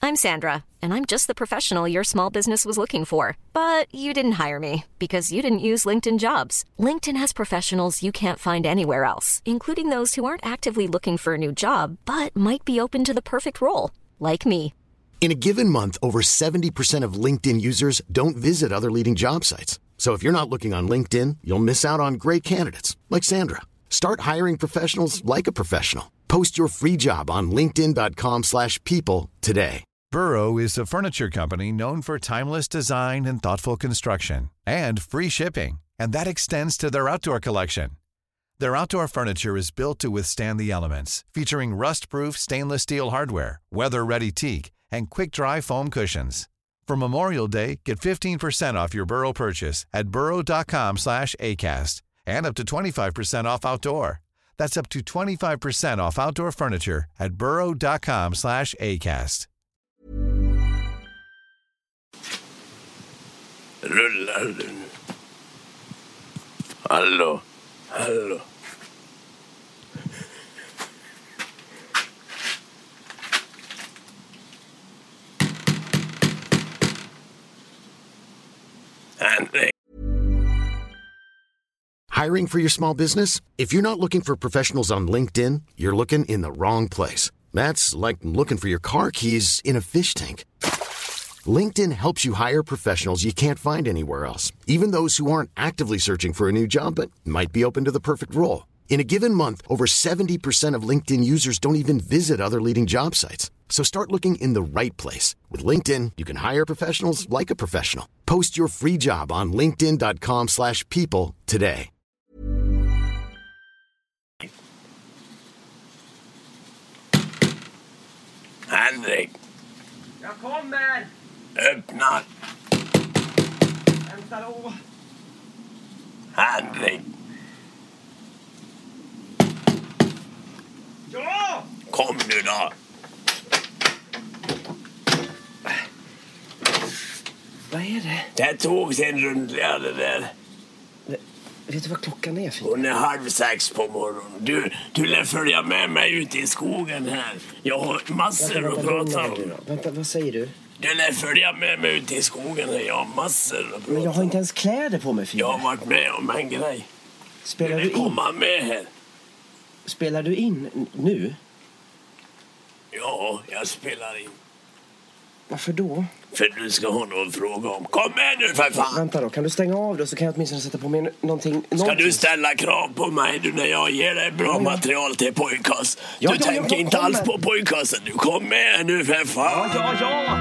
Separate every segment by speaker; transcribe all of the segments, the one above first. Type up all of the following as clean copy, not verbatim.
Speaker 1: I'm Sandra, and I'm just the professional your small business was looking for. But you didn't hire me because you didn't use LinkedIn Jobs. LinkedIn has professionals you can't find anywhere else, including those who aren't actively looking for a new job, but might be open to the perfect role, like me.
Speaker 2: In a given month, over 70% of LinkedIn users don't visit other leading job sites. So if you're not looking on LinkedIn, you'll miss out on great candidates like Sandra. Start hiring professionals like a professional. Post your free job on linkedin.com/people today.
Speaker 3: Burrow is a furniture company known for timeless design and thoughtful construction and free shipping, and that extends to their outdoor collection. Their outdoor furniture is built to withstand the elements, featuring rust-proof stainless steel hardware, weather-ready teak, and quick-dry foam cushions. For Memorial Day, get 15% off your Burrow purchase at burrow.com/acast and up to 25% off outdoor. That's up to 25% off outdoor furniture at burrow.com/acast.
Speaker 4: Rullar du? Hallå? Hallå? Henrik.
Speaker 2: Hiring for your small business? If you're not looking for professionals on LinkedIn, you're looking in the wrong place. That's like looking for your car keys in a fish tank. LinkedIn helps you hire professionals you can't find anywhere else, even those who aren't actively searching for a new job but might be open to the perfect role. In a given month, over 70% of LinkedIn users don't even visit other leading job sites. So start looking in the right place. With LinkedIn, you can hire professionals like a professional. Post your free job on linkedin.com/people today.
Speaker 4: Henrik.
Speaker 5: Jag kommer!
Speaker 4: Öppna.
Speaker 5: Vänta då.
Speaker 4: Henrik.
Speaker 5: Ja!
Speaker 4: Kom nu då.
Speaker 5: Vad är det?
Speaker 4: Det tog sin rundligare där.
Speaker 5: Vet du vad klockan är?
Speaker 4: Hon är 5:30 på morgonen. Du lär följa med mig ut i skogen här. Jag har massor att prata om.
Speaker 5: Vänta, vad säger du?
Speaker 4: Du lär följa med mig ut i skogen här. Jag har massor att prata om.
Speaker 5: Men jag har inte ens kläder på mig, Fille.
Speaker 4: Jag har varit med om en grej.
Speaker 5: Spelar du in?
Speaker 4: Komma med här.
Speaker 5: Spelar du in nu?
Speaker 4: Ja, jag spelar in.
Speaker 5: Varför då?
Speaker 4: För du ska ha någon fråga om. Kom med nu för fan!
Speaker 5: Vänta då, kan du stänga av då så kan jag åtminstone sätta på mig någonting.
Speaker 4: Ska du ställa krav på mig du när jag ger dig bra material till pojkas? Du tänker inte alls på pojkasen. Du kom med nu för fan!
Speaker 5: Ja!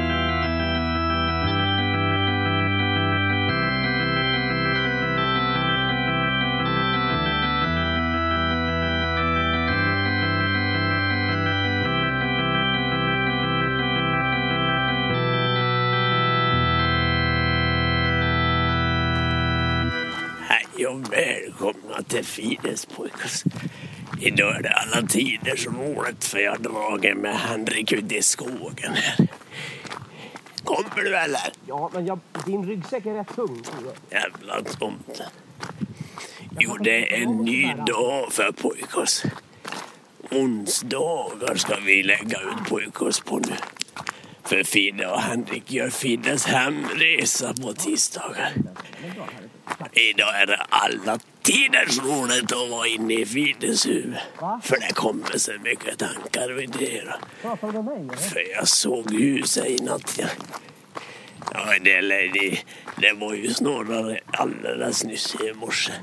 Speaker 4: Välkomna till Fides pojkas. Idag är det alla tiders roligt för jag dragen med Henrik ut i skogen här. Kommer du eller?
Speaker 5: Ja, men din ryggsäck är rätt tung.
Speaker 4: Jävla tomt. Jo, det är en ny dag för pojkas. Onsdagar ska vi lägga ut pojkas på nu. För Fide och Henrik gör Fides hemresa på tisdagar. Idag är det alla tiders roligt att vara inne i Fides huvud. För det kommer så mycket tankar och idéer. För jag såg huset i natt. Ja, det var ju snarare alldeles nyss i morse.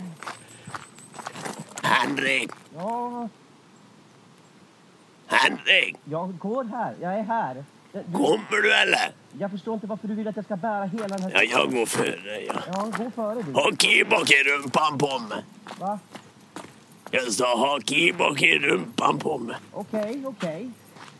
Speaker 4: Henrik!
Speaker 5: Ja.
Speaker 4: Henrik!
Speaker 5: Jag går här, jag är här.
Speaker 4: Kommer du eller?
Speaker 5: Jag förstår inte varför du vill att jag ska bära hela den här...
Speaker 4: Ja, jag går före dig.
Speaker 5: Ja, gå före du.
Speaker 4: Ha kibak i rumpan på mig.
Speaker 5: Va?
Speaker 4: Jag sa ha kibak i rumpan på mig.
Speaker 5: Okej.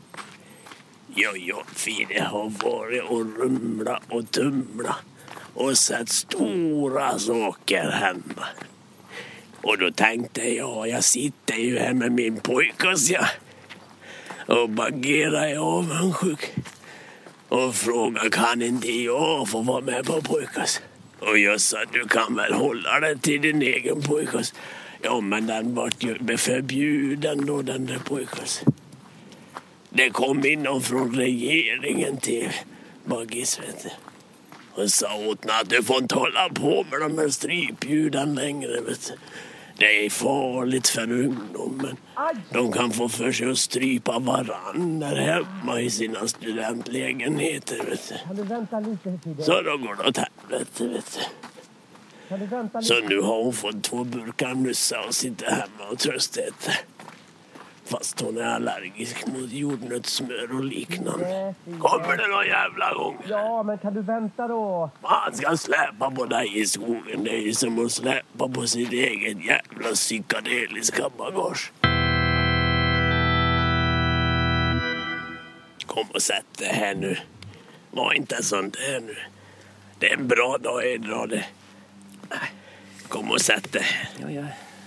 Speaker 4: Jag Fide har varit och rumla och tumla och sett stora saker hemma. Och då tänkte jag sitter ju här med min pojkas, och bagerar jag avundsjuk. Och frågar, kan inte jag få vara med på pojkas? Och jag sa, du kan väl hålla det till din egen pojkas. Ja, men den var ju förbjuden då, den där pojkas. Det kom in någon från regeringen till Baggis, vet du. Och sa åt mig att du får inte hålla på med de här strypljuden längre, vet du. Det är farligt för ungdomen. De kan få för sig att strypa varann där hemma i sina studentlägenheter, vet du.
Speaker 5: Kan du vänta lite, Fide?
Speaker 4: Så då går det åt helvete, vet du.
Speaker 5: Kan du vänta lite?
Speaker 4: Så nu har hon fått 2 burkar nussa och sitter hemma och tröstäter. Fast hon är allergisk mot jordnötssmör och liknande. Kommer det någon jävla gång?
Speaker 5: Ja, men kan du vänta då?
Speaker 4: Man ska släpa på dig i skogen. Det är ju som att släpa på sitt eget jävla psykedeliska bagage. Kom och sätt det här nu. Var inte sånt här nu. Det är en bra dag idag det. Kom och sätt det här.
Speaker 6: Ja.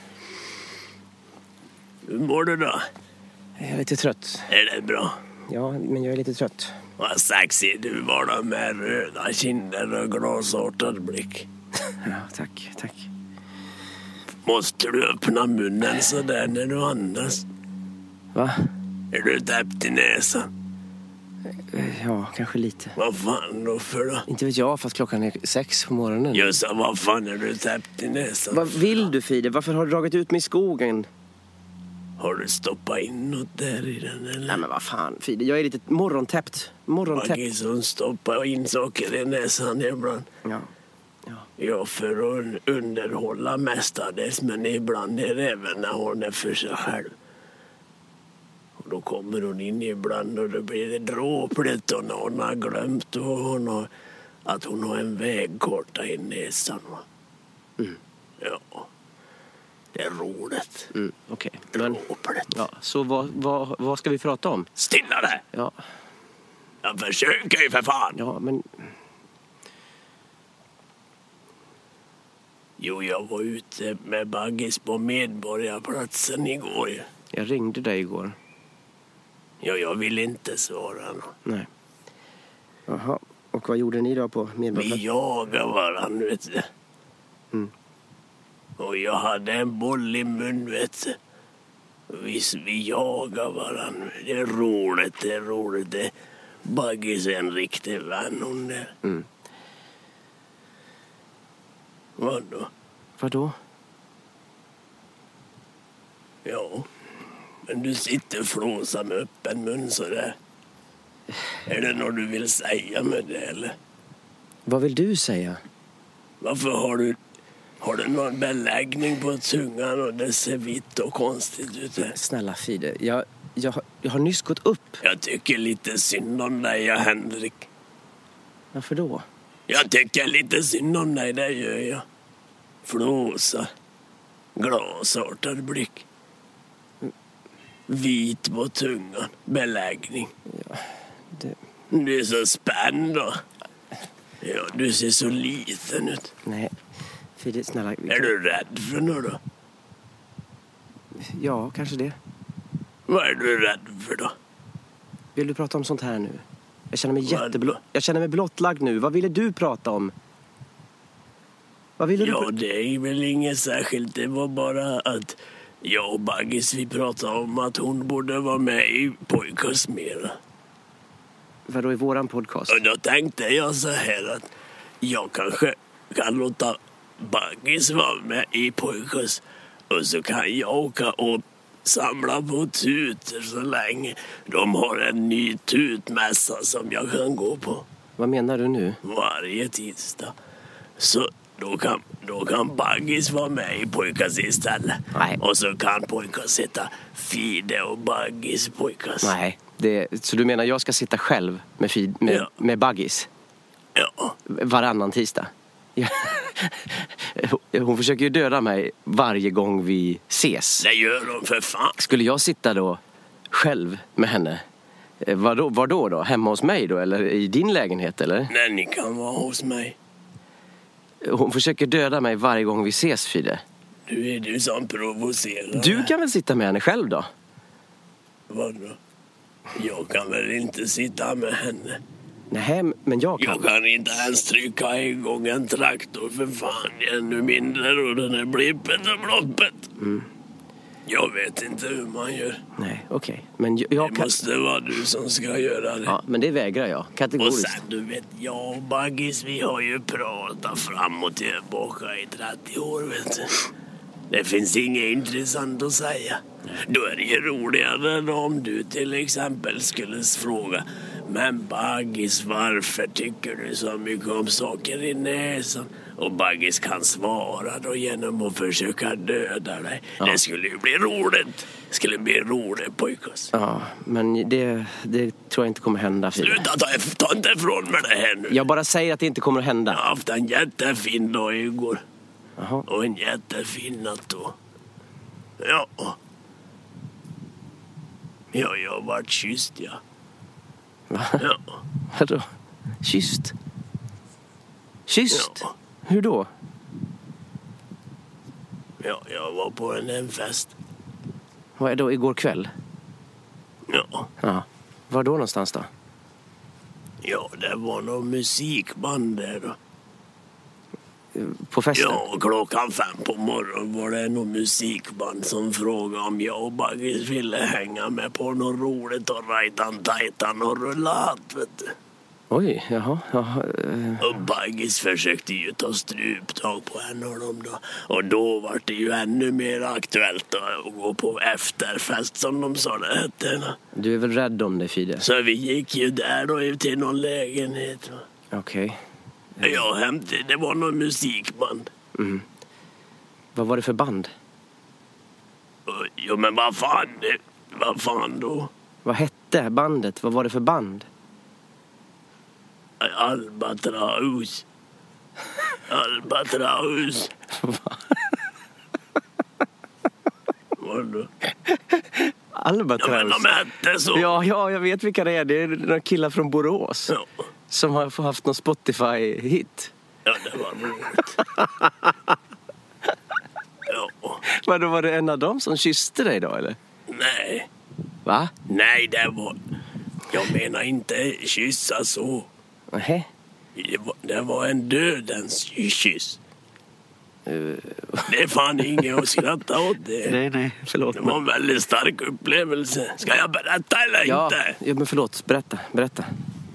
Speaker 4: Hur mår du då?
Speaker 6: Jag är lite trött.
Speaker 4: Är det bra?
Speaker 6: Ja, men jag är lite trött.
Speaker 4: Vad sexig du var då med röda kinder och glasartad blick.
Speaker 6: Ja, tack.
Speaker 4: Måste du öppna munnen så där när du andas?
Speaker 6: Va?
Speaker 4: Är du täppt i näsan?
Speaker 6: Ja, kanske lite.
Speaker 4: Vad fan då för då?
Speaker 6: Inte vet jag, fast klockan är 6 på morgonen.
Speaker 4: Just vad fan är du täppt i näsan?
Speaker 6: Vad vill du, Fide? Varför har du dragit ut mig i skogen?
Speaker 4: Har du stoppat in något där i den eller?
Speaker 6: Nej, men vad fan, Fide. Jag är lite morgontäppt.
Speaker 4: Maggie som stoppar in saker i näsan ibland.
Speaker 6: Ja.
Speaker 4: Ja, för att underhålla mestadels, men ibland är det även när hon är för sig själv. Och då kommer hon in ibland och då blir det dråpligt och när hon har glömt och att hon har en vägkarta i näsan. Va?
Speaker 6: Mm.
Speaker 4: Ja, det är roligt.
Speaker 6: Okej.
Speaker 4: Dråpligt.
Speaker 6: Ja, så vad ska vi prata om?
Speaker 4: Stilla det!
Speaker 6: Ja.
Speaker 4: Jag försöker ju för fan.
Speaker 6: Ja, men...
Speaker 4: Jo, jag var ute med Baggis på Medborgarplatsen igår.
Speaker 6: Jag ringde dig igår.
Speaker 4: Ja, jag vill inte svara.
Speaker 6: Nej. Jaha. Och vad gjorde ni då på Medborgarplatsen?
Speaker 4: Vi jagade varandra, vet du.
Speaker 6: Mm.
Speaker 4: Och jag hade en boll i mun, vet du. Vi jagar varandra. Det är roligt. Baggis är en riktig vän, hon där.
Speaker 6: Mm. Vadå?
Speaker 4: Ja, men du sitter flåsa med öppen mun sådär. Är det något du vill säga med det, eller?
Speaker 6: Vad vill du säga?
Speaker 4: Varför har du någon beläggning på tungan och det ser vitt och konstigt ut där?
Speaker 6: Snälla Fide, jag har nyss gått upp.
Speaker 4: Jag tycker lite synd om dig, Henrik.
Speaker 6: Varför då?
Speaker 4: Jag tycker lite synd om dig, det gör jag. Flåsa. Glasartad blick. Vit på tungan. Beläggning.
Speaker 6: Ja,
Speaker 4: Du är så spänd då. Ja, du ser så liten ut.
Speaker 6: Nej, Fide, snälla.
Speaker 4: Är du rädd för något då?
Speaker 6: Ja, kanske det.
Speaker 4: Vad är du rädd för då?
Speaker 6: Vill du prata om sånt här nu? Jag känner mig blottlagd nu. Vad ville du prata om? Vad ville
Speaker 4: Ja, det är väl inget särskilt. Det var bara att jag och Baggis, vi pratade om att hon borde vara med i Pojkars mera.
Speaker 6: Vadå i våran podcast?
Speaker 4: Och då tänkte jag så här att jag kanske kan låta Baggis vara med i Pojkars. Och så kan jag åka och samla på tuter så länge. De har en ny tutmässa som jag kan gå på.
Speaker 6: Vad menar du nu?
Speaker 4: Varje tisdag. Så då kan Baggis vara med i Pojkas istället.
Speaker 6: Nej.
Speaker 4: Och så kan Pojkas heta Fide och Baggis Pojkas.
Speaker 6: Nej, så du menar jag ska sitta själv med Baggis?
Speaker 4: Ja.
Speaker 6: Varannan tisdag? Ja. Hon försöker ju döda mig varje gång vi ses.
Speaker 4: Det gör hon för fan.
Speaker 6: Skulle jag sitta då själv med henne? Var då? Hemma hos mig då? Eller i din lägenhet eller?
Speaker 4: Nej, ni kan vara hos mig.
Speaker 6: Hon försöker döda mig varje gång vi ses, Fide.
Speaker 4: Du är du som provocerar.
Speaker 6: Du kan väl sitta med henne själv då?
Speaker 4: Vadå? Jag kan väl inte sitta med henne.
Speaker 6: Nej, men jag kan.
Speaker 4: Jag kan inte ens trycka igång en traktor för fan. Ännu mindre och den är blippet och bloppet. Jag vet inte hur man gör.
Speaker 6: Nej, okej. Men jag
Speaker 4: Det
Speaker 6: kan...
Speaker 4: måste vara du som ska göra det.
Speaker 6: Ja, men det vägrar jag.
Speaker 4: Och
Speaker 6: Kategoriskt.
Speaker 4: sen, du vet, jag och Baggis, vi har ju pratat fram och tillbaka i 30 år, vet du. Det finns inget intressant att säga. Då är det ju roligare om du till exempel skulle fråga: men Baggis, varför tycker du så mycket om saker i näsan? Och Baggis kan svara då genom att försöka döda dig. Ja. Det skulle ju bli roligt. Det skulle bli roligt, pojkars.
Speaker 6: Ja, men det tror jag inte kommer hända.
Speaker 4: Sluta, ta inte ifrån mig det här nu.
Speaker 6: Jag bara säger att det inte kommer att hända.
Speaker 4: Jag har haft en jättefin dag igår.
Speaker 6: Jaha.
Speaker 4: Och en jättefin natt då. Ja. Ja, jag har varit kysst, ja.
Speaker 6: Va?
Speaker 4: Ja.
Speaker 6: Vadå? Kysst? Kysst?
Speaker 4: Ja.
Speaker 6: Hur då?
Speaker 4: Ja, jag var på en fest.
Speaker 6: Vad är då igår kväll?
Speaker 4: Ja.
Speaker 6: Ja. Var då någonstans då?
Speaker 4: Ja, det var någon musikband där då.
Speaker 6: På festen?
Speaker 4: Ja, 5:00 på morgonen var det någon musikband som frågade om jag och Baggis ville hänga med på något roligt och rajtan-tajtan och rullat, vet du.
Speaker 6: Oj, jaha.
Speaker 4: Och Baggis försökte ju ta struptag på en av dem då. Och då var det ju ännu mer aktuellt att gå på efterfest, som de sa det hette.
Speaker 6: Du är väl rädd om det, Fide?
Speaker 4: Så vi gick ju där då till någon lägenhet.
Speaker 6: Okej.
Speaker 4: Ja, det var någon musikband.
Speaker 6: Mm. Vad var det för band?
Speaker 4: Jo, men vad fan då?
Speaker 6: Vad hette bandet? Vad var det för band?
Speaker 4: Albatraus. Albatraus. Vadå?
Speaker 6: Albatraus?
Speaker 4: Ja, men de hette så.
Speaker 6: Ja, jag vet vilka det är. Det är några killar från Borås.
Speaker 4: Ja.
Speaker 6: Som har haft någon Spotify-hit.
Speaker 4: Ja, det var roligt. Ja.
Speaker 6: Vadå, var det en av dem som kysste dig då, eller?
Speaker 4: Nej.
Speaker 6: Va?
Speaker 4: Nej, det var... Jag menar inte kyssa så.
Speaker 6: Nej.
Speaker 4: Det var en dödens kyss. Det är fan inget att skratta åt det.
Speaker 6: Nej, förlåt.
Speaker 4: Det var en väldigt stark upplevelse. Ska jag berätta eller inte?
Speaker 6: Ja, men förlåt. Berätta.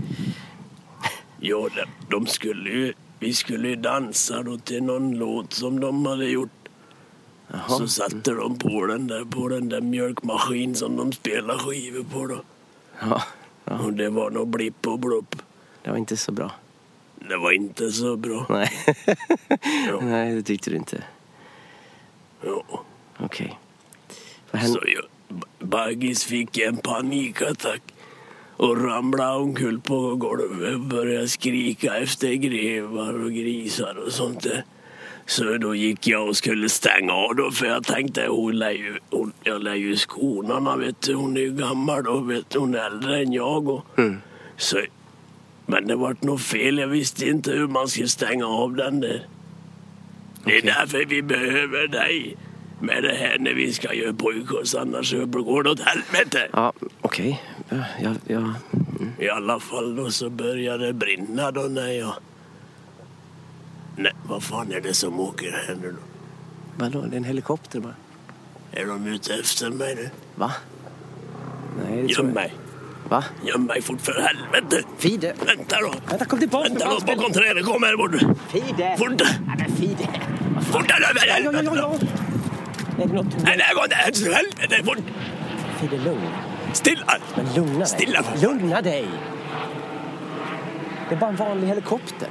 Speaker 4: Ja, vi skulle ju dansa då till någon låt som de hade gjort.
Speaker 6: Jaha.
Speaker 4: Så satte de på den där mjölkmaskin som de spelar skivor på då.
Speaker 6: Ja.
Speaker 4: Och det var nog blipp och blopp.
Speaker 6: Det var inte så bra.
Speaker 4: Det var inte så bra.
Speaker 6: Nej.
Speaker 4: Ja.
Speaker 6: Nej, det tyckte du inte.
Speaker 4: Ja.
Speaker 6: Okej. Vad hände?
Speaker 4: Så Baggis fick en panikattack och ramlade omkull på golvet och började skrika efter grevar och grisar och sånt där. Så då gick jag och skulle stänga av då, för jag tänkte jag lär ju skonarna, vet du. Hon är ju gammal då, vet du. Hon är äldre än jag. Så, men det var något fel. Jag visste inte hur man skulle stänga av den där. Det är därför vi behöver dig med det här när vi ska göra pojkos, annars går det åt helvete.
Speaker 6: Ja, okej. Ja.
Speaker 4: I alla fall då så började det brinna då när jag... Nej, vad fan är det som åker här nu då?
Speaker 6: Vadå, det är en helikopter bara.
Speaker 4: Är de ute efter mig nu?
Speaker 6: Va? Nej, det tror
Speaker 4: Göm
Speaker 6: jag.
Speaker 4: mig.
Speaker 6: Va?
Speaker 4: Göm mig fort för helvete.
Speaker 6: Fide.
Speaker 4: Vänta då.
Speaker 6: Vänta, kom tillbaka.
Speaker 4: Vänta då, bakom trädet. Kom här bort.
Speaker 6: Fide.
Speaker 4: Fort.
Speaker 6: Ja, men Fide.
Speaker 4: Fortare över helvete.
Speaker 6: Ja. Är det något?
Speaker 4: Nej, det går inte. Helvete, fort.
Speaker 6: Fide, lugn.
Speaker 4: Stilla.
Speaker 6: Men lugna dig.
Speaker 4: Stilla för fan.
Speaker 6: Lugna dig. Det är bara en vanlig helikopter.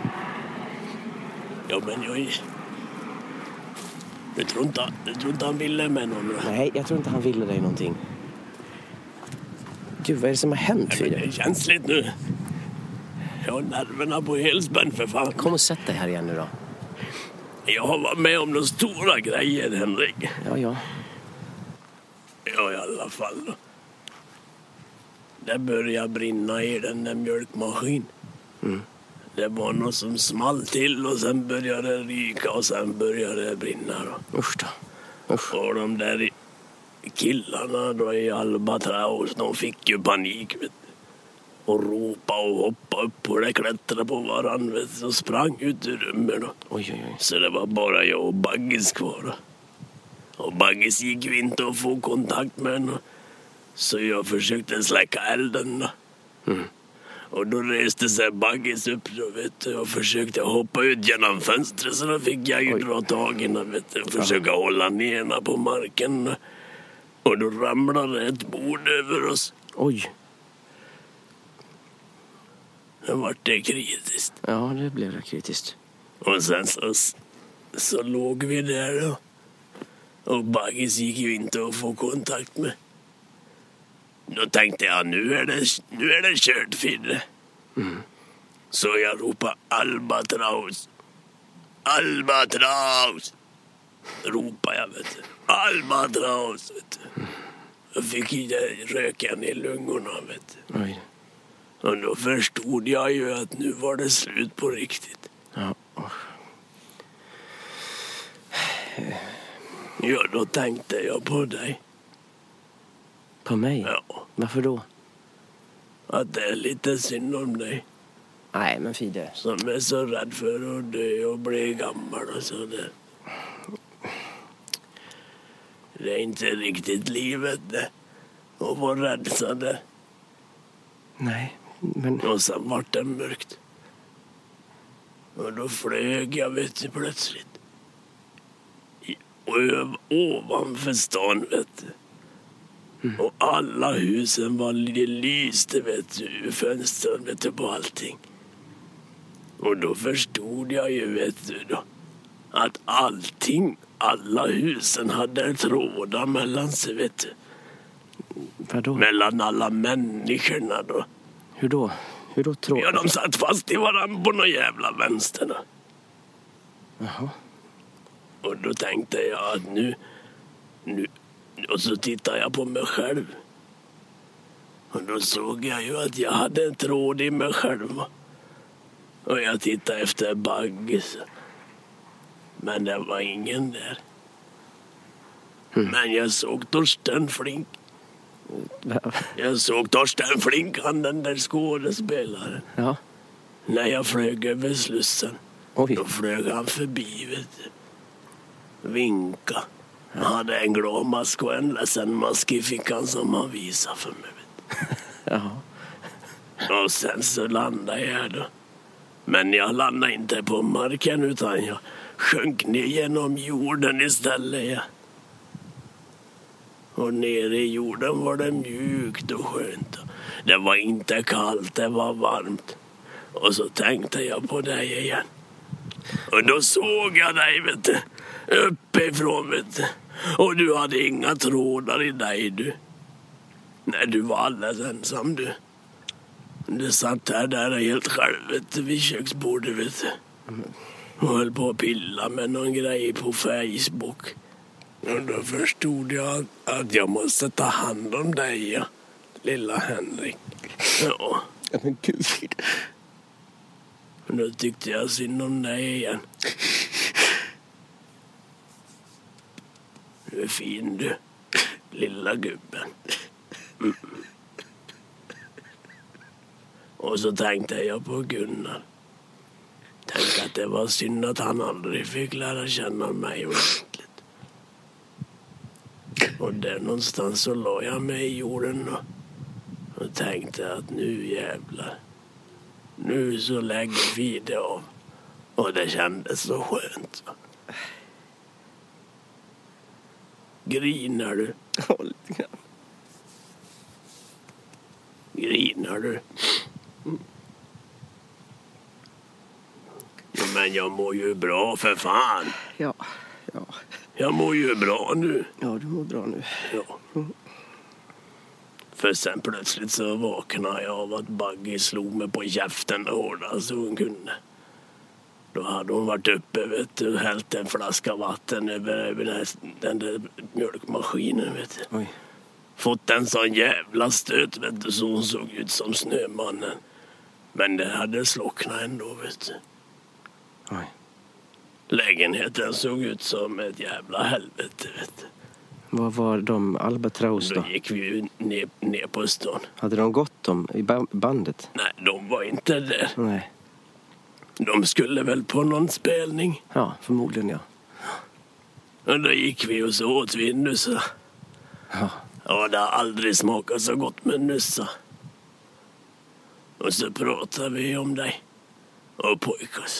Speaker 4: Ja, men jag tror inte han ville med någon.
Speaker 6: Nej, jag tror inte han ville dig någonting. Gud, vad är det som har hänt,
Speaker 4: Nej, men
Speaker 6: Fide?
Speaker 4: det är känsligt nu. Jag har nerverna på helspänn för fan.
Speaker 6: Kom och sätt dig här igen nu då.
Speaker 4: Jag har varit med om de stora grejer, Henrik.
Speaker 6: Ja.
Speaker 4: Ja, i alla fall då. Det började brinna i den där mjölkmaskinen. Det var något som small till och sen började det ryka och sen började det brinna då.
Speaker 6: Usch då. Usch.
Speaker 4: Och de där killarna då i Albatraus, de fick ju panik, vet du. Och ropa och hoppa upp och det klättrade på varann, vet du, och sprang ut ur rummet då.
Speaker 6: Oj.
Speaker 4: Så det var bara jag och Baggis kvar då. Och Baggis gick ju inte att få kontakt med henne. Så jag försökte släcka elden då. Och då reste sig Baggis upp då, vet du, och försökte hoppa ut genom fönstret. Så då fick jag ju dra tag i henne, vet du, och försöka hålla ner henne på marken då. Och då ramlade ett bord över oss.
Speaker 6: Oj.
Speaker 4: Det vart det kritiskt.
Speaker 6: Ja, det blev det kritiskt.
Speaker 4: Och sen så låg vi där då. Och Baggis gick ju inte att få kontakt med. Då tänkte jag, nu är det kört, Fidde. Så jag ropade Albatraus. Albatraus! Ropade jag, vet du. Albatraus, vet du. Jag fick röken i lungorna, vet du.
Speaker 6: Oj.
Speaker 4: Och då förstod jag ju att nu var det slut på riktigt.
Speaker 6: Ja.
Speaker 4: Ja, då tänkte jag på dig.
Speaker 6: På mig?
Speaker 4: Ja.
Speaker 6: Varför då?
Speaker 4: Att det är lite synd om dig.
Speaker 6: Nej, men Fide.
Speaker 4: Som är så rädd för att dö och bli gammal och sådär. Det är inte riktigt livet det. Och vara rädd sådär.
Speaker 6: Nej, men...
Speaker 4: Och sen vart det mörkt. Och då flög jag, vet du, plötsligt. Och ovanför stan, vet du. Och alla husen var lyste, vet du, ur fönstren, vet du, på allting. Och då förstod jag ju, vet du då, att alla husen hade trådar mellan sig, vet du.
Speaker 6: Vadå?
Speaker 4: Mellan alla människorna då.
Speaker 6: Hur då? Hur då tror
Speaker 4: Ja, de satt fast i varandra på några jävla vänsterna.
Speaker 6: Jaha.
Speaker 4: Och då tänkte jag att nu... Och så tittade jag på mig själv. Och då såg jag ju att jag hade en tråd i mig själv. Och jag tittade efter Baggis. Men det var ingen där. Men jag såg Torsten Flink. Jag såg Torsten Flink, han den där skådespelaren.
Speaker 6: Ja.
Speaker 4: När jag flög över slussen.
Speaker 6: Oj.
Speaker 4: Då flög han förbi, vet du. Vinka. Han hade en glad mask och en ledsen mask i fickan som han visade för mig, vet du.
Speaker 6: Ja.
Speaker 4: Och sen så landade jag då. Men jag landade inte på marken utan jag sjönk ner genom jorden istället. Ja. Och nere i jorden var det mjukt och skönt. Det var inte kallt, det var varmt. Och så tänkte jag på dig igen. Och då såg jag dig, vet du. Uppifrån, vet du. Och du hade inga trådar i dig, du. Nej, du var alldeles ensam, du. Du satt där helt själv, vet du, vid köksbordet, vet du. Och höll på att pilla med någon grej på Facebook. Och då förstod jag att jag måste ta hand om dig, ja. Lilla Henrik. Ja.
Speaker 6: Men gud.
Speaker 4: Och då tyckte jag synd om dig igen. Du är fin, du. Lilla gubben. Och så tänkte jag på Gunnar. Tänkte att det var synd att han aldrig fick lära känna mig ordentligt. Och där någonstans så la jag mig i jorden och tänkte att nu jävlar. Nu så lägger vi det av. Och det kändes så skönt. Grinar du?
Speaker 6: Ja, lite grann.
Speaker 4: Grinar du? Ja, men jag mår ju bra för fan.
Speaker 6: Ja.
Speaker 4: Jag mår ju bra nu.
Speaker 6: Ja, du mår bra nu.
Speaker 4: Ja. För sen plötsligt så vaknade jag av att Baggy slog mig på käften hårdast hon kunde. Då hade hon varit uppe, vet du, och hällt en flaska vatten över den där mjölkmaskinen, vet du.
Speaker 6: Oj.
Speaker 4: Fått en sån jävla stöt, vet du, så hon såg ut som Snömannen. Men det hade slocknat ändå, vet du.
Speaker 6: Oj.
Speaker 4: Lägenheten såg ut som ett jävla helvete, vet du.
Speaker 6: Vad var de Albatraus då?
Speaker 4: Då gick vi ju ner på stan.
Speaker 6: Hade de gått dem i bandet?
Speaker 4: Nej, de var inte där.
Speaker 6: Nej.
Speaker 4: De skulle väl på någon spelning.
Speaker 6: Ja, förmodligen ja.
Speaker 4: Och då gick vi och så åt vi nussa.
Speaker 6: Ja.
Speaker 4: Ja, det har aldrig smakat så gott med nussa. Och så pratade vi om dig. Och pojkas.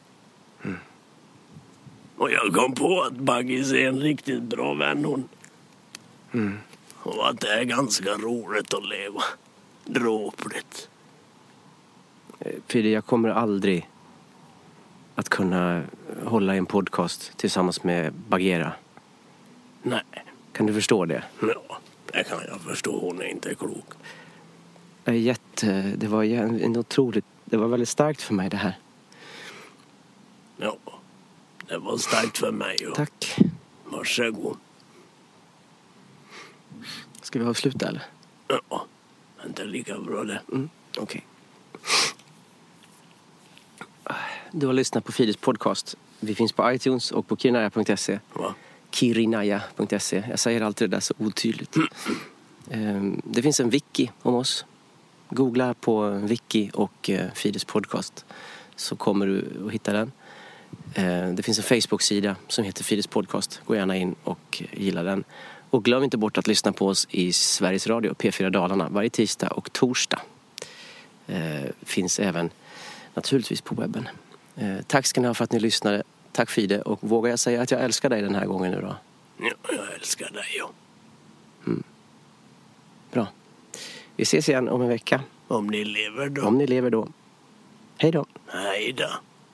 Speaker 4: Och jag kom på att Baggis är en riktigt bra vän hon. Och att det är ganska roligt att leva. Dråpligt.
Speaker 6: Fide, jag kommer aldrig att kunna hålla en podcast tillsammans med Bagheera.
Speaker 4: Nej.
Speaker 6: Kan du förstå det?
Speaker 4: Ja, det kan jag förstå. Hon är inte klok.
Speaker 6: Det var en otroligt... Det var väldigt starkt för mig det här.
Speaker 4: Ja, det var starkt för mig. Och
Speaker 6: Tack.
Speaker 4: varsågod.
Speaker 6: Ska vi avsluta eller?
Speaker 4: Ja, inte lika bra det.
Speaker 6: Okej. Du har lyssnat på Fides podcast. Vi finns på iTunes och på kirinaya.se.
Speaker 4: Va?
Speaker 6: Kirinaya.se. Jag säger alltid det där så otydligt. Det finns en wiki om oss. Googla på wiki och Fides podcast så kommer du att hitta den. Det finns en Facebook-sida som heter Fides podcast. Gå gärna in och gilla den. Och glöm inte bort att lyssna på oss i Sveriges Radio, P4 Dalarna, varje tisdag och torsdag. Finns även naturligtvis på webben. Tack ska ni ha för att ni lyssnade. Tack Fide. Och vågar jag säga att jag älskar dig den här gången nu då?
Speaker 4: Ja, jag älskar dig, ja.
Speaker 6: Bra. Vi ses igen om en vecka.
Speaker 4: Om ni lever då.
Speaker 6: Om ni lever då. Hej då.
Speaker 4: Hej då.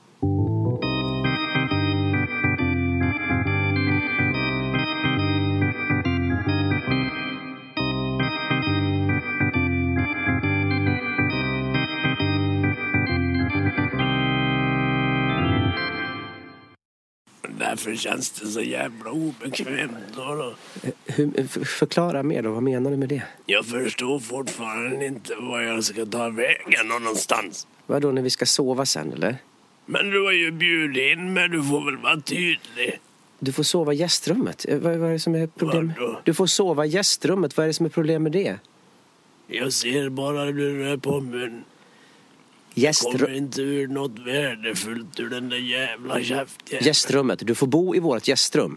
Speaker 4: Därför känns det så jävla obekvämt då.
Speaker 6: Förklara mer då, vad menar du med det?
Speaker 4: Jag förstår fortfarande inte vad jag ska ta vägen någonstans.
Speaker 6: Vadå, när vi ska sova sen eller?
Speaker 4: Men du har ju bjudit in mig, du får väl vara tydlig.
Speaker 6: Du får sova i gästrummet. Vad är det som är problem?
Speaker 4: Vadå?
Speaker 6: Du får sova i gästrummet, vad är det som är problem med det?
Speaker 4: Jag ser bara hur du rör på mun. Kommer inte ur något värdefullt ur den där jävla käften.
Speaker 6: Gästrummet, du får bo i vårt gästrum.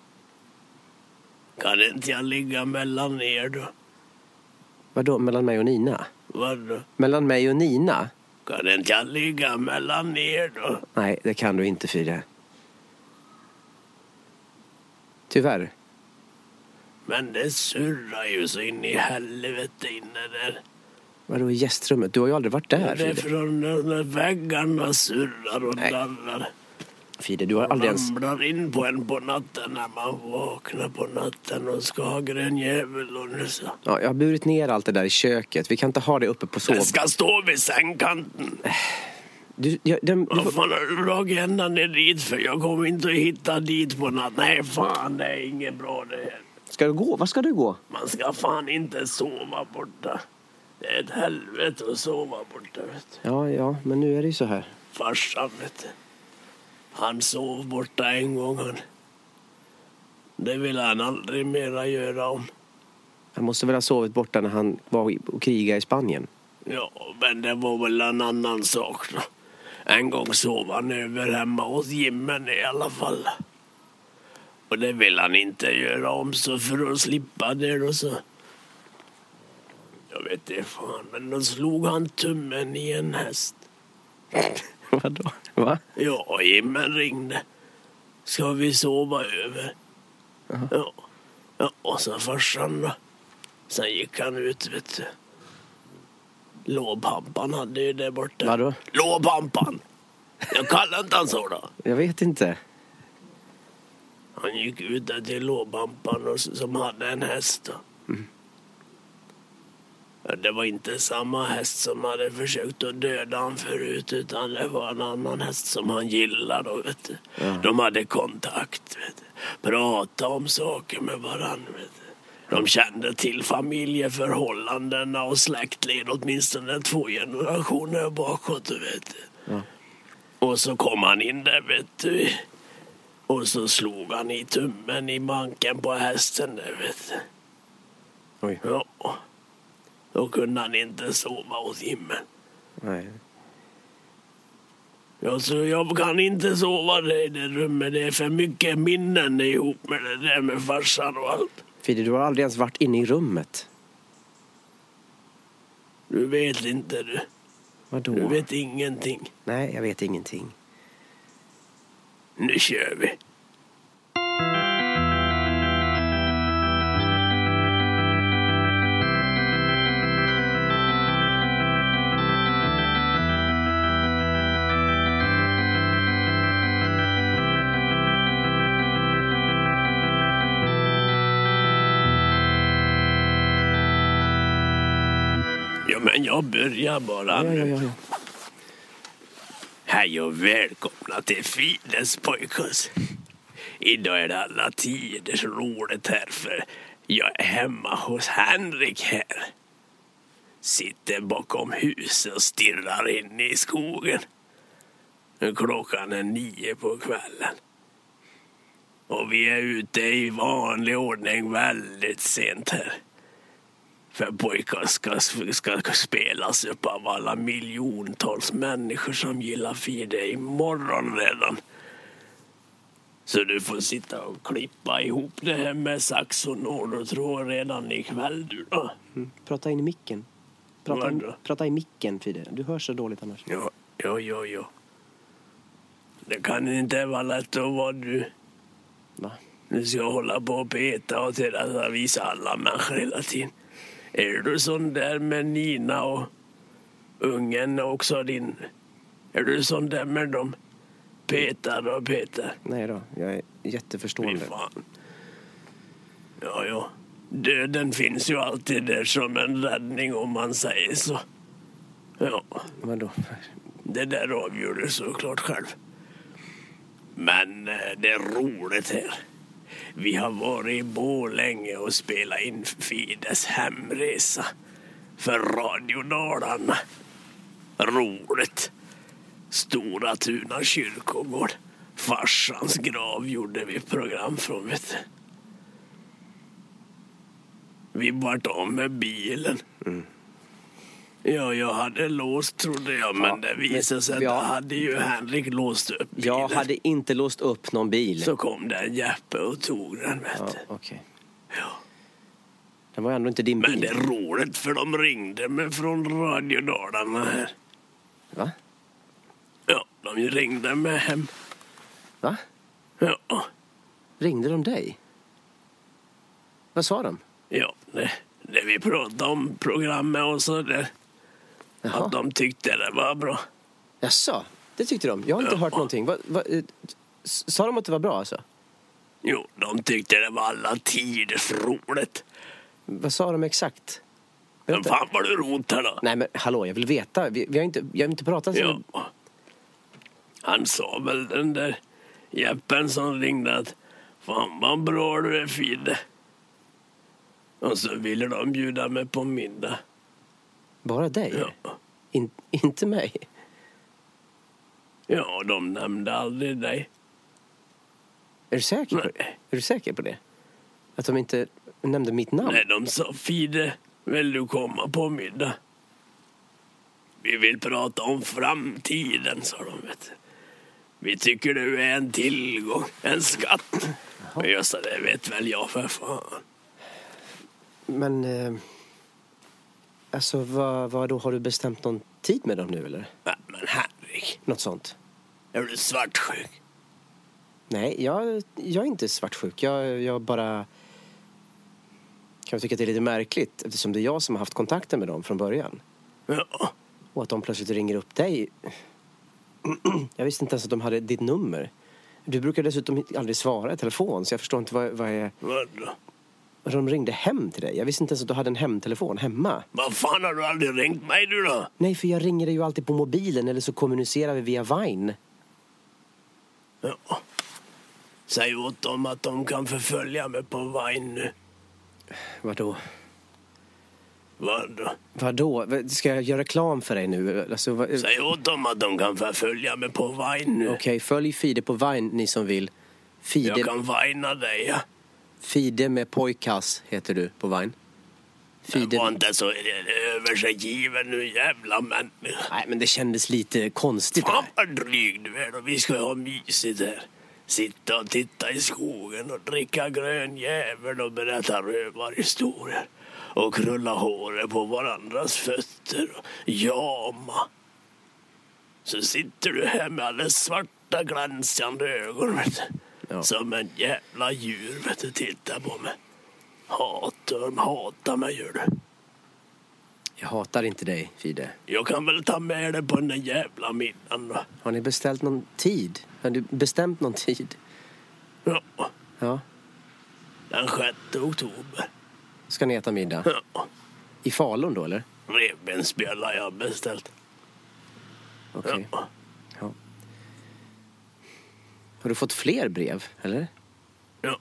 Speaker 4: Kan inte jag ligga mellan er då?
Speaker 6: Vadå, mellan mig och Nina?
Speaker 4: Vadå?
Speaker 6: Mellan mig och Nina?
Speaker 4: Kan inte jag ligga mellan er då?
Speaker 6: Nej, det kan du inte, Fide. Tyvärr.
Speaker 4: Men det surrar ju så in i helvete inne där.
Speaker 6: Vadå i gästrummet? Du har ju aldrig varit där,
Speaker 4: Det är
Speaker 6: Fide.
Speaker 4: från när väggarna surrar och
Speaker 6: Nej.
Speaker 4: darrar.
Speaker 6: Fide, du har aldrig ens...
Speaker 4: Ramlar in på en på natten när man vaknar på natten och ska ha grön jävel och nussa.
Speaker 6: Ja, jag har burit ner allt det där i köket. Vi kan inte ha det uppe på sov.
Speaker 4: Det ska stå vid sängkanten.
Speaker 6: Du
Speaker 4: Vad fan har du dragit ända ner dit för? Jag kommer inte att hitta dit på natten. Nej fan, det är inget bra det här.
Speaker 6: Ska du gå? Vad ska du gå?
Speaker 4: Man ska fan inte sova borta. Det är ett helvete att sova borta, vet du.
Speaker 6: Ja, men nu är det ju så här.
Speaker 4: Farsan, vet du. Han sov borta en gång, han. Det vill han aldrig mera göra om.
Speaker 6: Han måste väl ha sovit borta när han var och krigade i Spanien.
Speaker 4: Ja, men det var väl en annan sak då. En gång sov han över hemma hos Jimmen i alla fall. Och det vill han inte göra om, så för att slippa det då så. Jag vet inte fan, men då slog han tummen i en häst.
Speaker 6: Vadå? Va?
Speaker 4: Ja, Jimmen ringde. Ska vi sova över? Ja. Ja, och så farsan då. Sen gick han ut, vet du. Låbhampan hade ju där borta.
Speaker 6: Vadå?
Speaker 4: Låbhampan! Jag kallar inte han så då.
Speaker 6: Jag vet inte.
Speaker 4: Han gick ut där till Låbhampan och som hade en häst då. Ja, det var inte samma häst som hade försökt att döda han förut, utan det var en annan häst som han gillade då, vet du. Ja. De hade kontakt, vet du. Prata om saker med varandra, vet du. De kände till familjeförhållandena och släktled åtminstone 2 generationer bakåt, vet du.
Speaker 6: Ja.
Speaker 4: Och så kom han in där, vet du. Och så slog han i tummen i manken på hästen där, vet du.
Speaker 6: Oj.
Speaker 4: Ja. Då kunde han inte sova hos Jimmen.
Speaker 6: Nej.
Speaker 4: Ja, så jag kan inte sova i det rummet. Det är för mycket minnen ihop med det där med farsan och allt.
Speaker 6: Fide, du har aldrig ens varit inne i rummet.
Speaker 4: Du vet inte du.
Speaker 6: Vadå?
Speaker 4: Du vet ingenting.
Speaker 6: Nej, jag vet ingenting.
Speaker 4: Nu kör vi. Ja, men jag börjar bara nu.
Speaker 6: Ja.
Speaker 4: Hej och välkomna till Fides Pojkos. Idag är det alla tiders roligt här, för jag är hemma hos Henrik här. Sitter bakom huset och stirrar in i skogen. Klockan är 9 på kvällen. Och vi är ute i vanlig ordning väldigt sent här. För pojkar ska spelas upp av alla miljontals människor som gillar Fide imorgon redan. Så du får sitta och klippa ihop det här med sax och nål och tråd redan ikväll du då.
Speaker 6: Prata in i micken. Prata i micken, Fide. Du hör så dåligt annars.
Speaker 4: Ja. Det kan inte vara lätt att vara du.
Speaker 6: Va?
Speaker 4: Du ska hålla på och peta och visa alla människor hela tiden. Är du sån där med Nina och ungen också din? Är du sån där med dem? Petar?
Speaker 6: Nej då, jag är jätteförstående.
Speaker 4: Fy fan. Ja. Döden finns ju alltid där som en räddning om man säger så. Ja.
Speaker 6: Vadå?
Speaker 4: Det där avgör du såklart själv. Men det är roligt här. Vi har varit i Borlänge och spelat in Fides hemresa för Radio Dalarna. Roligt. Stora Tuna kyrkogård. Farsans grav gjorde vi program från, vet du. Vi vart av med bilen. Ja, jag hade låst, trodde jag, men det visade sig att jag hade ju Henrik låst upp bilen.
Speaker 6: Jag hade inte låst upp någon bil.
Speaker 4: Så kom det en Jeppe och tog den, vet du.
Speaker 6: Okej.
Speaker 4: Ja.
Speaker 6: Det var ändå inte din bil.
Speaker 4: Men det är roligt, för de ringde mig från Radio Dalarna här.
Speaker 6: Va?
Speaker 4: Ja, de ringde mig hem.
Speaker 6: Va?
Speaker 4: Ja.
Speaker 6: Ringde de dig? Vad sa de?
Speaker 4: Ja, det vi pratade om programmet och så där.
Speaker 6: Jaha.
Speaker 4: Att de tyckte det var bra.
Speaker 6: Jaså, det tyckte de. Jag har inte hört någonting. Sa de att det var bra alltså?
Speaker 4: Jo, de tyckte det var alla tiders roligt.
Speaker 6: Vad sa de exakt?
Speaker 4: Men fan var du rotar då?
Speaker 6: Nej men hallå, jag vill veta. Jag har inte pratat så.
Speaker 4: Ja. Han sa väl, den där Jeppen som ringde, att fan vad bra du är, Fide. Och så ville de bjuda mig på middag.
Speaker 6: Bara dig?
Speaker 4: Ja.
Speaker 6: Inte mig?
Speaker 4: Ja, de nämnde aldrig dig.
Speaker 6: Är du säker på det? Är du säker på det? Att de inte nämnde mitt namn?
Speaker 4: Nej, de sa, Fide, vill du komma på middag? Vi vill prata om framtiden, sa de, vet du. Vi tycker du är en tillgång, en skatt. Men just det vet väl jag för fan.
Speaker 6: Men, alltså vad då, har du bestämt någon tid med dem nu eller?
Speaker 4: Nej, men Henrik.
Speaker 6: Något sånt?
Speaker 4: Är du svartsjuk?
Speaker 6: Nej, jag är inte svartsjuk. Jag bara kan tycka att det är lite märkligt eftersom det är jag som har haft kontakten med dem från början.
Speaker 4: Ja.
Speaker 6: Och att de plötsligt ringer upp dig. Jag visste inte ens att de hade ditt nummer. Du brukar dessutom aldrig svara i telefon, så jag förstår inte vad är...
Speaker 4: Vadå?
Speaker 6: De ringde hem till dig. Jag visste inte ens att du hade en hemtelefon hemma.
Speaker 4: Vad fan, har du aldrig ringt mig du då?
Speaker 6: Nej, för jag ringer dig ju alltid på mobilen eller så kommunicerar vi via Vine.
Speaker 4: Ja. Säg åt dem att de kan förfölja mig på Vine nu.
Speaker 6: Vadå?
Speaker 4: Vadå?
Speaker 6: Ska jag göra reklam för dig nu? Alltså,
Speaker 4: Säg åt dem att de kan förfölja mig på Vine nu.
Speaker 6: Okej, följ Fide på Vine, ni som vill. Fide...
Speaker 4: Jag kan vina dig, ja.
Speaker 6: Fide med pojkas heter du på Vine. Fide...
Speaker 4: Var inte så övergiven nu, jävla människa.
Speaker 6: Nej, men det kändes lite konstigt.
Speaker 4: Fan vad dryg du är då. Vi ska ha mysigt här. Sitta och titta i skogen och dricka grön jävel och berätta rövarhistorier. Och krulla håret på varandras fötter och jama. Så sitter du här med alla svarta glänsande ögon, vet du.
Speaker 6: Ja.
Speaker 4: Som en jävla djur, vet du, tittar på mig. Hatar mig, gör du.
Speaker 6: Jag hatar inte dig, Fide.
Speaker 4: Jag kan väl ta med dig på den där jävla middagen då.
Speaker 6: Har ni beställt någon tid? Har du bestämt någon tid?
Speaker 4: Ja,
Speaker 6: Ja.
Speaker 4: den 6 oktober.
Speaker 6: Ska ni äta middag?
Speaker 4: Ja,
Speaker 6: I Falun då, eller?
Speaker 4: revbensspjällar jag beställt.
Speaker 6: Okej.
Speaker 4: Ja.
Speaker 6: Ja. Har du fått fler brev, eller?
Speaker 4: Ja.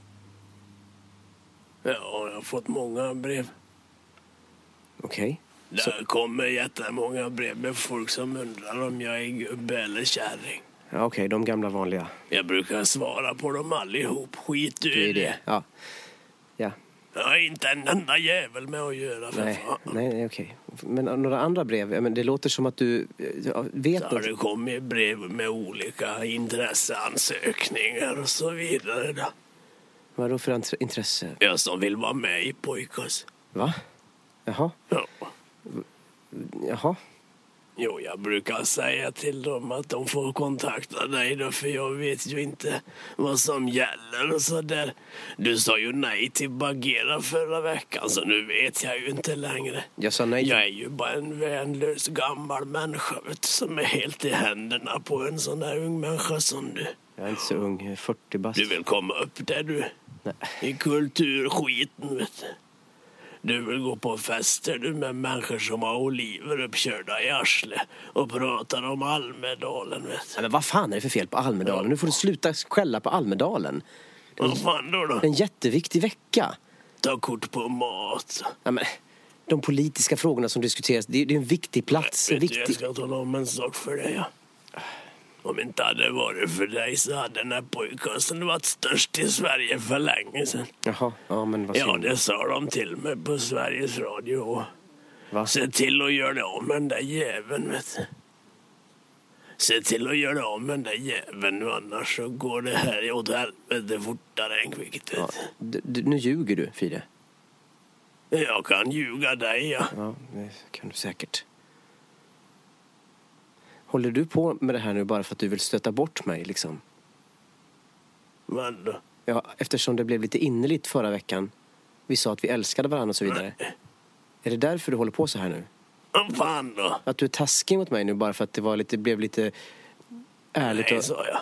Speaker 4: Ja, jag har fått många brev.
Speaker 6: Okej.
Speaker 4: Det kommer jättemånga brev med folk som undrar om jag är gubbe eller kärring.
Speaker 6: Ja, okej, de gamla vanliga.
Speaker 4: Jag brukar svara på dem allihop. Skit
Speaker 6: Det
Speaker 4: i
Speaker 6: är
Speaker 4: det.
Speaker 6: det. Ja. Ja.
Speaker 4: Jag har inte en enda jävel med att göra, för
Speaker 6: Nej,
Speaker 4: fan.
Speaker 6: nej, okej. Men några andra brev? Ja, men det låter som att du vet
Speaker 4: Så har
Speaker 6: något.
Speaker 4: det kommit brev med olika intresseansökningar och så vidare då.
Speaker 6: Vad är det för intresse?
Speaker 4: Jag som vill vara med i Pojkars.
Speaker 6: Va? Jaha.
Speaker 4: Ja.
Speaker 6: Jaha.
Speaker 4: Jo, jag brukar säga till dem att de får kontakta dig då, för jag vet ju inte vad som gäller och så där. Du sa ju nej till Bagheera förra veckan, så nu vet jag ju inte längre.
Speaker 6: Jag sa nej till...
Speaker 4: Jag är ju bara en vänlös gammal människa, vet du, som är helt i händerna på en sån där ung människa som du.
Speaker 6: Jag är inte så ung, jag är 40 bast.
Speaker 4: Du vill komma upp där, du.
Speaker 6: Nej.
Speaker 4: I kulturskiten, vet du. Du vill gå på fester, du, med människor som har oliver uppkörda i arsle och pratar om Almedalen, vet du.
Speaker 6: Ja, men vad fan är det för fel på Almedalen? Nu får du sluta skälla på Almedalen.
Speaker 4: Vad fan då?
Speaker 6: En jätteviktig vecka.
Speaker 4: Ta kort på mat.
Speaker 6: Ja, men de politiska frågorna som diskuteras, det är en viktig plats. En
Speaker 4: Vet du, jag
Speaker 6: viktig...
Speaker 4: ska tala om en sak för dig, ja. Om inte hade varit för dig så hade den här pojkasten varit störst i Sverige för länge sedan.
Speaker 6: Jaha, ja men vad synd.
Speaker 4: Ja, det sa de till mig på Sveriges Radio.
Speaker 6: Va?
Speaker 4: Se till att göra det om den där jäveln, vet du. Se till att göra det om den där jäveln nu, annars så går det här åt helvete fortare än kvickt, vet
Speaker 6: Ja, nu ljuger du, Fide.
Speaker 4: du. Jag kan ljuga dig, ja.
Speaker 6: Ja, det kan du säkert. Håller du på med det här nu bara för att du vill stöta bort mig, liksom?
Speaker 4: Men då?
Speaker 6: Ja, eftersom det blev lite innerligt förra veckan. Vi sa att vi älskade varandra och så vidare. Är det därför du håller på så här nu?
Speaker 4: Vad fan då?
Speaker 6: Att du är taskig mot mig nu bara för att det blev lite ärligt
Speaker 4: Nej,
Speaker 6: och
Speaker 4: sa jag.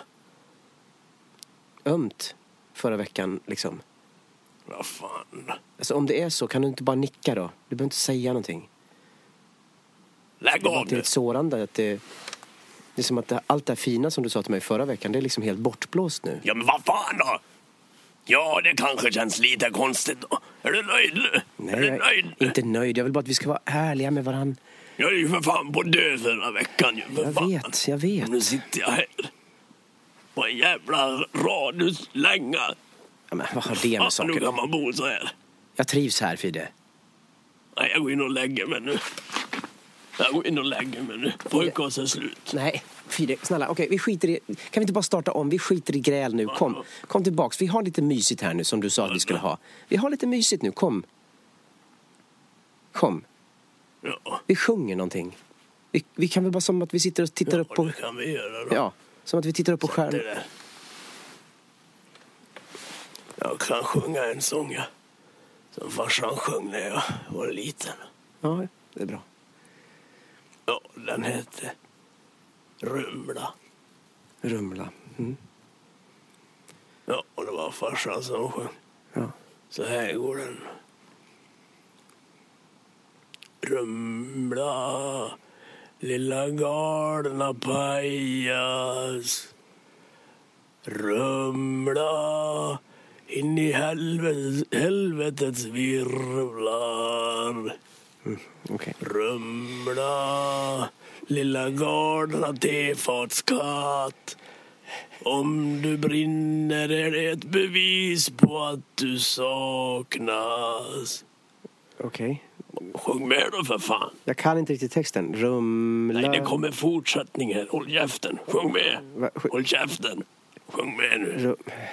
Speaker 6: ömt förra veckan, liksom?
Speaker 4: Vad fan då?
Speaker 6: Alltså om det är så, kan du inte bara nicka då? Du behöver inte säga någonting.
Speaker 4: Lägg
Speaker 6: Det är
Speaker 4: av
Speaker 6: lite
Speaker 4: nu.
Speaker 6: sårande att det är som att allt det här fina som du sa till mig förra veckan, det är liksom helt bortblåst nu.
Speaker 4: Ja, men vad fan då? Ja, det kanske känns lite konstigt då. Är du nöjd nu? Är
Speaker 6: Nej,
Speaker 4: du
Speaker 6: jag
Speaker 4: nöjd?
Speaker 6: är inte nöjd. Jag vill bara att vi ska vara ärliga med varandra.
Speaker 4: Jag är ju för fan på död förra veckan ju, för fan.
Speaker 6: Jag vet.
Speaker 4: Och nu sitter jag här. På en jävla radius länga.
Speaker 6: Ja, men vad har det med
Speaker 4: Nu
Speaker 6: saker?
Speaker 4: kan man bo så här.
Speaker 6: Jag trivs här, Fide.
Speaker 4: Nej, jag går in och lägger mig nu. Jag går in och lägger mig nu. Pojkars är slut.
Speaker 6: Nej, Fide, snälla, okej, vi skiter i... Kan vi inte bara starta om? Vi skiter i gräl nu. Kom tillbaks. Vi har lite mysigt här nu, som du sa att vi skulle ha. Vi har lite mysigt nu, kom.
Speaker 4: Ja,
Speaker 6: Vi sjunger någonting. Vi kan väl bara som att vi sitter och tittar upp på...
Speaker 4: det kan vi göra då.
Speaker 6: Ja, som att vi tittar upp på
Speaker 4: Det
Speaker 6: skärmen.
Speaker 4: där. Jag kan sjunga en sång, ja. Som farsan sjöng när jag var liten.
Speaker 6: Ja, det är bra.
Speaker 4: Ja, den hette Rumla.
Speaker 6: Rumla. Mm.
Speaker 4: Ja, och det var farsan som sjöng.
Speaker 6: Ja.
Speaker 4: Så här går den. Rumla, lilla galna pajas. Rumla in i helvetets virvlar.
Speaker 6: Okej.
Speaker 4: Rumla, lilla galna tefatskatt. Om du brinner är det ett bevis på att du saknas.
Speaker 6: Okej.
Speaker 4: Sjung med då för fan.
Speaker 6: Jag kan inte riktigt texten. Rumlar...
Speaker 4: Nej, det kommer fortsättning här. Håll käften. Sjung med. Håll käften. Sjung med nu.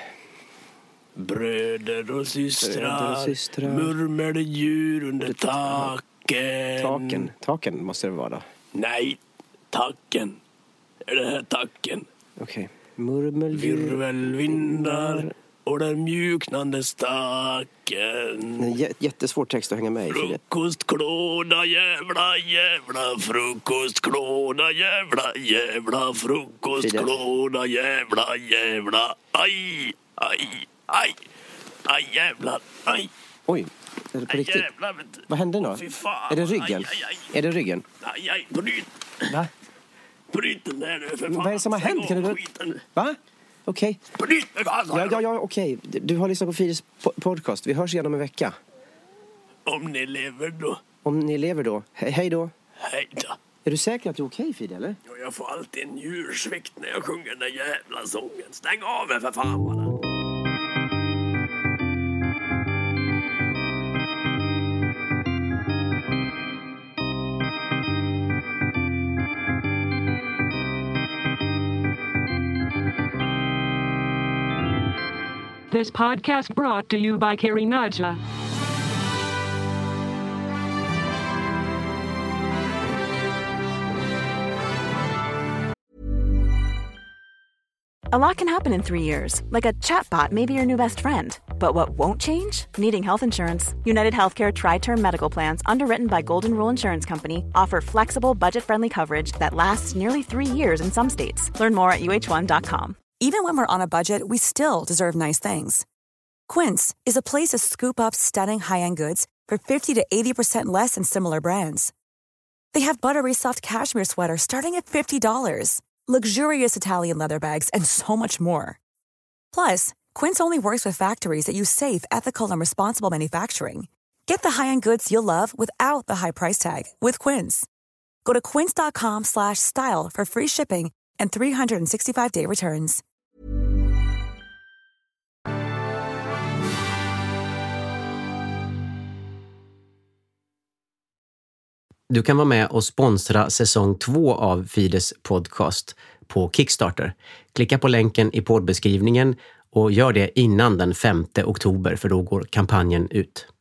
Speaker 4: Bröder och systrar, murmeldjur under taken.
Speaker 6: Taken måste det vara då.
Speaker 4: Nej, tacken. Är det här tacken?
Speaker 6: Okej. Murmeldjur.
Speaker 4: Virvelvindar och den mjuknande staken.
Speaker 6: Jättesvår text att hänga med i.
Speaker 4: Frukostklåda jävla frukostklåda jävla frukostklåda jävla aj jävlar aj.
Speaker 6: Oj, är det på riktigt?
Speaker 4: Jävlar,
Speaker 6: vad hände nu? Är det ryggen? Är det ryggen?
Speaker 4: Aj, bryt.
Speaker 6: Va?
Speaker 4: Bryt den där nu för fan.
Speaker 6: Vad är det som har hänt? Kan du... Va? Okej.
Speaker 4: Bryt med fan.
Speaker 6: Ja, okej. Du har lyssnat på Fides podcast. Vi hörs igen om en vecka.
Speaker 4: Om ni lever då.
Speaker 6: Om ni lever då. Hej då.
Speaker 4: Hej då.
Speaker 6: Är du säker att du är okej, Fide, eller?
Speaker 4: Jag får alltid en djursvikt när jag sjunger den där jävla sången. Stäng av er för fan bara.
Speaker 7: This podcast brought to you by Carrie Nadja.
Speaker 8: A lot can happen in 3 years, like a chatbot may be your new best friend. But what won't change? Needing health insurance. United Healthcare Tri-Term Medical Plans, underwritten by Golden Rule Insurance Company, offer flexible, budget-friendly coverage that lasts nearly 3 years in some states. Learn more at uh1.com.
Speaker 9: Even when we're on a budget, we still deserve nice things. Quince is a place to scoop up stunning high-end goods for 50 to 80% less than similar brands. They have buttery soft cashmere sweaters starting at $50, luxurious Italian leather bags, and so much more. Plus, Quince only works with factories that use safe, ethical, and responsible manufacturing. Get the high-end goods you'll love without the high price tag with Quince. Go to quince.com/style for free shipping and 365-day returns.
Speaker 10: Du kan vara med och sponsra säsong 2 av Fides podcast på Kickstarter. Klicka på länken i poddbeskrivningen och gör det innan den 5 oktober, för då går kampanjen ut.